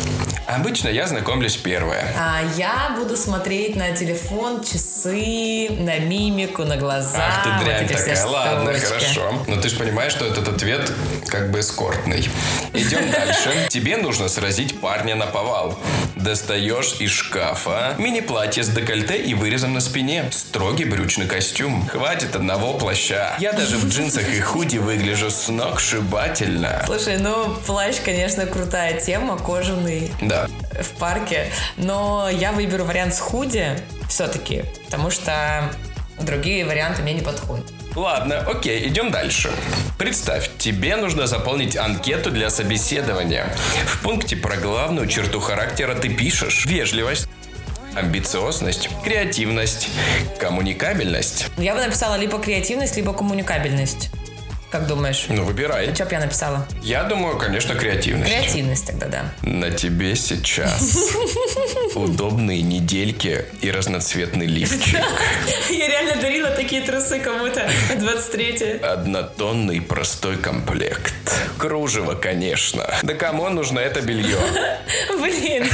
S1: Обычно я знакомлюсь первое.
S2: А я буду смотреть на телефон, часы, на мимику, на глаза.
S1: Ах ты дрянь
S2: вот эти все
S1: такая. Ладно,
S2: штучки.
S1: хорошо. Но ты же понимаешь, что этот ответ как бы эскортный. Идем дальше. Тебе нужно сразить парня наповал. Достаешь из шкафа мини-платье с декольте и вырезом на спине. Строгий брючный костюм. Хватит одного плаща. Я даже в джинсах и худи выгляжу сногсшибательно.
S2: Слушай, ну плащ, конечно, крутая тема, кожаный.
S1: Да.
S2: В парке, но я выберу вариант с худи все-таки, потому что другие варианты мне не подходят.
S1: Ладно, окей, идем дальше. Представь, тебе нужно заполнить анкету для собеседования. В пункте про главную черту характера ты пишешь: вежливость, амбициозность, креативность, коммуникабельность.
S2: Я бы написала либо креативность, либо коммуникабельность. Как думаешь?
S1: Ну, выбирай.
S2: Что бы я написала?
S1: Я думаю, конечно, креативность.
S2: Креативность тогда, да.
S1: На тебе сейчас удобные недельки и разноцветный лифчик.
S2: Я реально дарила такие трусы кому-то на 23-е.
S1: Однотонный простой комплект. Кружево, конечно. Да кому нужно это белье?
S2: Блин.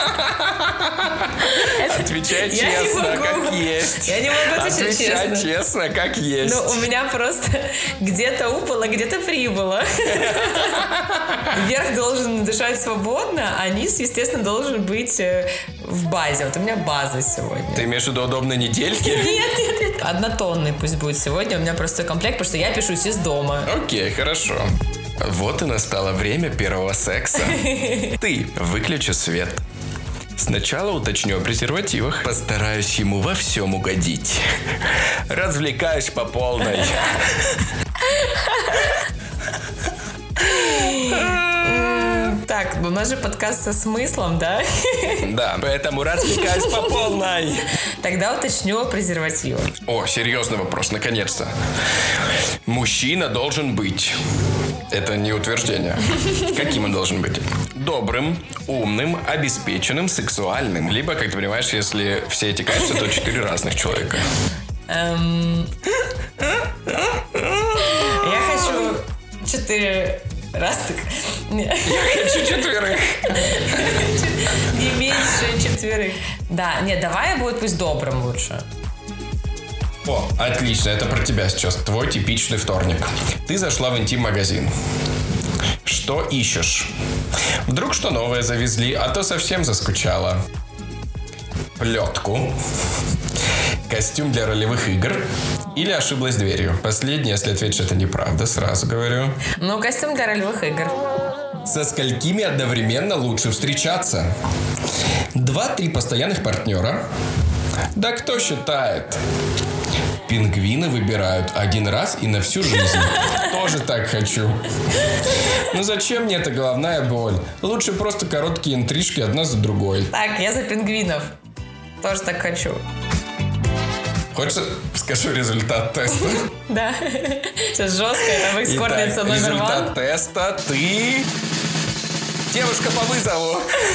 S1: Отвечай
S2: Я не
S1: честно,
S2: могу.
S1: как есть.
S2: Я не могу отвечать
S1: Отвечай
S2: честно.
S1: честно, как есть.
S2: Ну, у меня просто где-то упало, где-то прибыло. Верх должен дышать свободно, а низ, естественно, должен быть в базе. Вот у меня база сегодня.
S1: Ты имеешь в виду удобные недельки?
S2: Нет. Однотонный пусть будет сегодня. У меня простой комплект, потому что я пишусь из дома.
S1: Окей, хорошо. Вот и настало время первого секса. Ты выключи свет. Сначала уточню о презервативах. Постараюсь ему во всем угодить. Развлекаюсь по полной.
S2: Так, у нас же подкаст со смыслом, да?
S1: Да, поэтому развлекаюсь по полной.
S2: Тогда уточню о презервативах.
S1: О, серьезный вопрос, наконец-то. Мужчина должен быть. Это не утверждение. Каким он должен быть? Добрым, умным, обеспеченным, сексуальным. Либо, как ты понимаешь, если все эти качества, то 4 разных человека.
S2: Я хочу 4 разных.
S1: Я хочу 4.
S2: Не меньше 4. Да, нет, давай будет пусть добрым лучше.
S1: О, отлично, это про тебя сейчас. Твой типичный вторник. Ты зашла в интим-магазин. Что ищешь? Вдруг что новое завезли, а то совсем заскучала. Плетку. Костюм для ролевых игр. Или ошиблась дверью. Последнее, если ответишь, это неправда, сразу говорю.
S2: Ну, костюм для ролевых игр.
S1: Со сколькими одновременно лучше встречаться? 2-3 постоянных партнера. Да кто считает? Пингвины выбирают один раз и на всю жизнь. Тоже так хочу. Ну зачем мне эта головная боль? Лучше просто короткие интрижки одна за другой.
S2: Так, я за пингвинов. Тоже так хочу.
S1: Хочешь, скажу результат теста?
S2: Да. Сейчас жестко, это эскортница номер
S1: результат
S2: 1.
S1: теста. Ты девушка по вызову.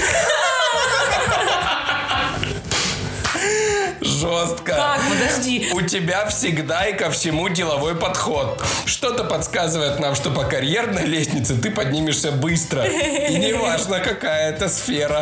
S1: Жестко.
S2: Так, подожди.
S1: У тебя всегда и ко всему деловой подход. Что-то подсказывает нам, что по карьерной лестнице ты поднимешься быстро. И неважно, какая это сфера.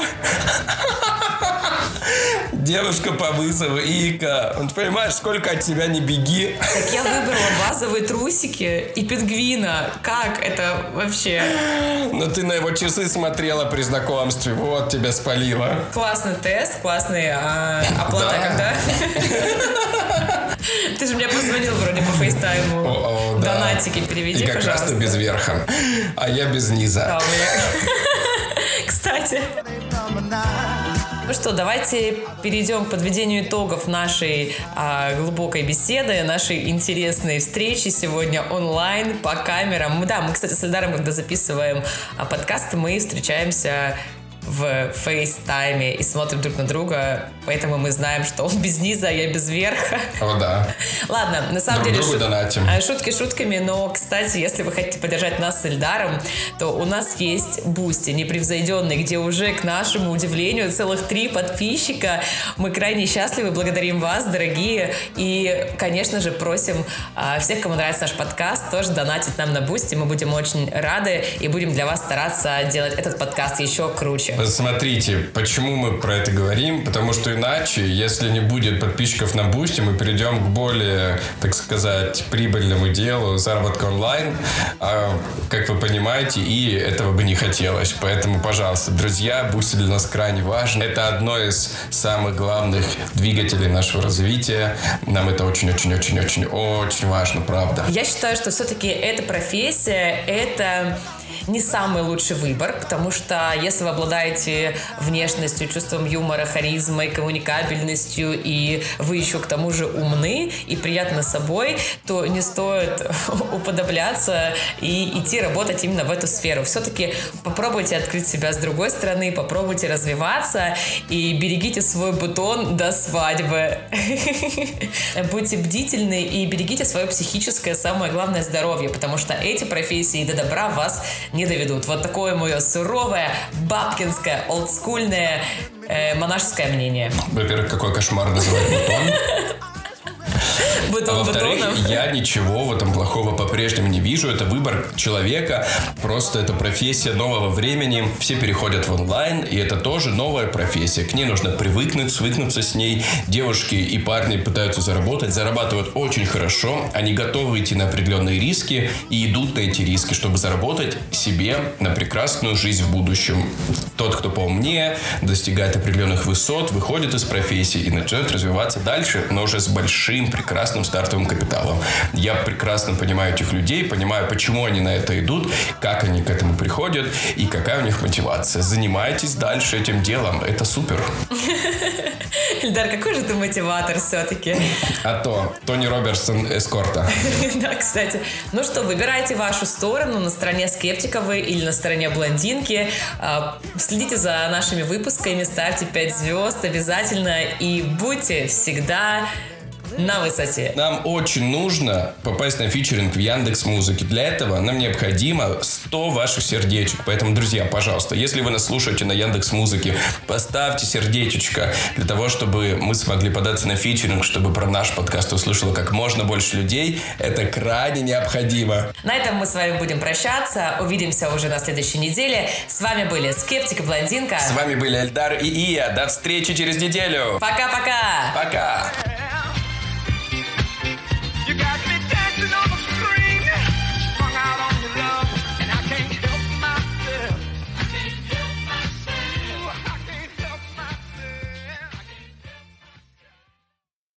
S1: Девушка по вызову, Ика. Вот понимаешь, сколько от тебя не беги.
S2: Так я выбрала базовые трусики и пингвина. Как это вообще?
S1: Но ты на его часы смотрела при знакомстве. Вот тебя спалило.
S2: Классный тест, классная оплата,
S1: Да.
S2: когда? Ты же мне позвонил вроде по фейстайму.
S1: О, да.
S2: Донатики переведи,
S1: И как раз
S2: пожалуйста.
S1: ты без верха. А я без низа.
S2: Да, у меня- Кстати. Ну что, давайте перейдем к подведению итогов нашей глубокой беседы, нашей интересной встречи сегодня онлайн по камерам. Да, мы, кстати, с Эльдаром, когда записываем подкасты, мы встречаемся в фейстайме и смотрим друг на друга, поэтому мы знаем, что он без низа, а я без верха.
S1: О, да.
S2: Ладно, на самом
S1: Друг
S2: деле
S1: другу донатим.
S2: шутки шутками, но, кстати, если вы хотите поддержать нас с Эльдаром, то у нас есть Бусти непревзойденный, где уже, к нашему удивлению, целых 3 подписчика. Мы крайне счастливы, благодарим вас, дорогие, и, конечно же, просим всех, кому нравится наш подкаст, тоже донатить нам на Бусти. Мы будем очень рады и будем для вас стараться делать этот подкаст еще круче.
S1: Смотрите, почему мы про это говорим? Потому что иначе, если не будет подписчиков на Бусти, мы перейдем к более, так сказать, прибыльному делу, заработку онлайн. Как вы понимаете, и этого бы не хотелось. Поэтому, пожалуйста, друзья, Бусти для нас крайне важен. Это одно из самых главных двигателей нашего развития. Нам это очень-очень-очень-очень-очень важно, правда.
S2: Я считаю, что все-таки эта профессия, это не самый лучший выбор, потому что если вы обладаете внешностью, чувством юмора, харизмой, коммуникабельностью, и вы еще к тому же умны и приятны собой, то не стоит уподобляться и идти работать именно в эту сферу. Все-таки попробуйте открыть себя с другой стороны, попробуйте развиваться и берегите свой бутон до свадьбы. Будьте бдительны и берегите свое психическое, самое главное, здоровье, потому что эти профессии до добра вас не доведут. Вот такое мое суровое, бабкинское, олдскульное, монашеское мнение.
S1: Во-первых, какой кошмар называть бутон.
S2: Бутон,
S1: во-вторых,
S2: бутоном.
S1: я ничего в этом плохого по-прежнему не вижу. Это выбор человека. Просто это профессия нового времени. Все переходят в онлайн, и это тоже новая профессия. К ней нужно привыкнуть, свыкнуться с ней. Девушки и парни пытаются заработать, зарабатывают очень хорошо. Они готовы идти на определенные риски и идут на эти риски, чтобы заработать себе на прекрасную жизнь в будущем. Тот, кто поумнее, достигает определенных высот, выходит из профессии и начинает развиваться дальше, но уже с большим, прекрасным стартовым капиталом. Я прекрасно понимаю этих людей, понимаю, почему они на это идут, как они к этому приходят и какая у них мотивация. Занимайтесь дальше этим делом. Это супер.
S2: Эльдар, какой же ты мотиватор все-таки?
S1: А то Тони Робертсон эскорта.
S2: Да, кстати. Ну что, выбирайте вашу сторону, на стороне скептиков вы или на стороне блондинки. Следите за нашими выпусками, ставьте 5 звезд обязательно и будьте всегда на высоте.
S1: Нам очень нужно попасть на фичеринг в Яндекс.Музыке. Для этого нам необходимо 100 ваших сердечек. Поэтому, друзья, пожалуйста, если вы нас слушаете на Яндекс.Музыке, поставьте сердечечко для того, чтобы мы смогли податься на фичеринг, чтобы про наш подкаст услышало как можно больше людей. Это крайне необходимо.
S2: На этом мы с вами будем прощаться. Увидимся уже на следующей неделе. С вами были Скептик и Блондинка.
S1: С вами были Эльдар и Ия. До встречи через неделю.
S2: Пока-пока.
S1: Пока.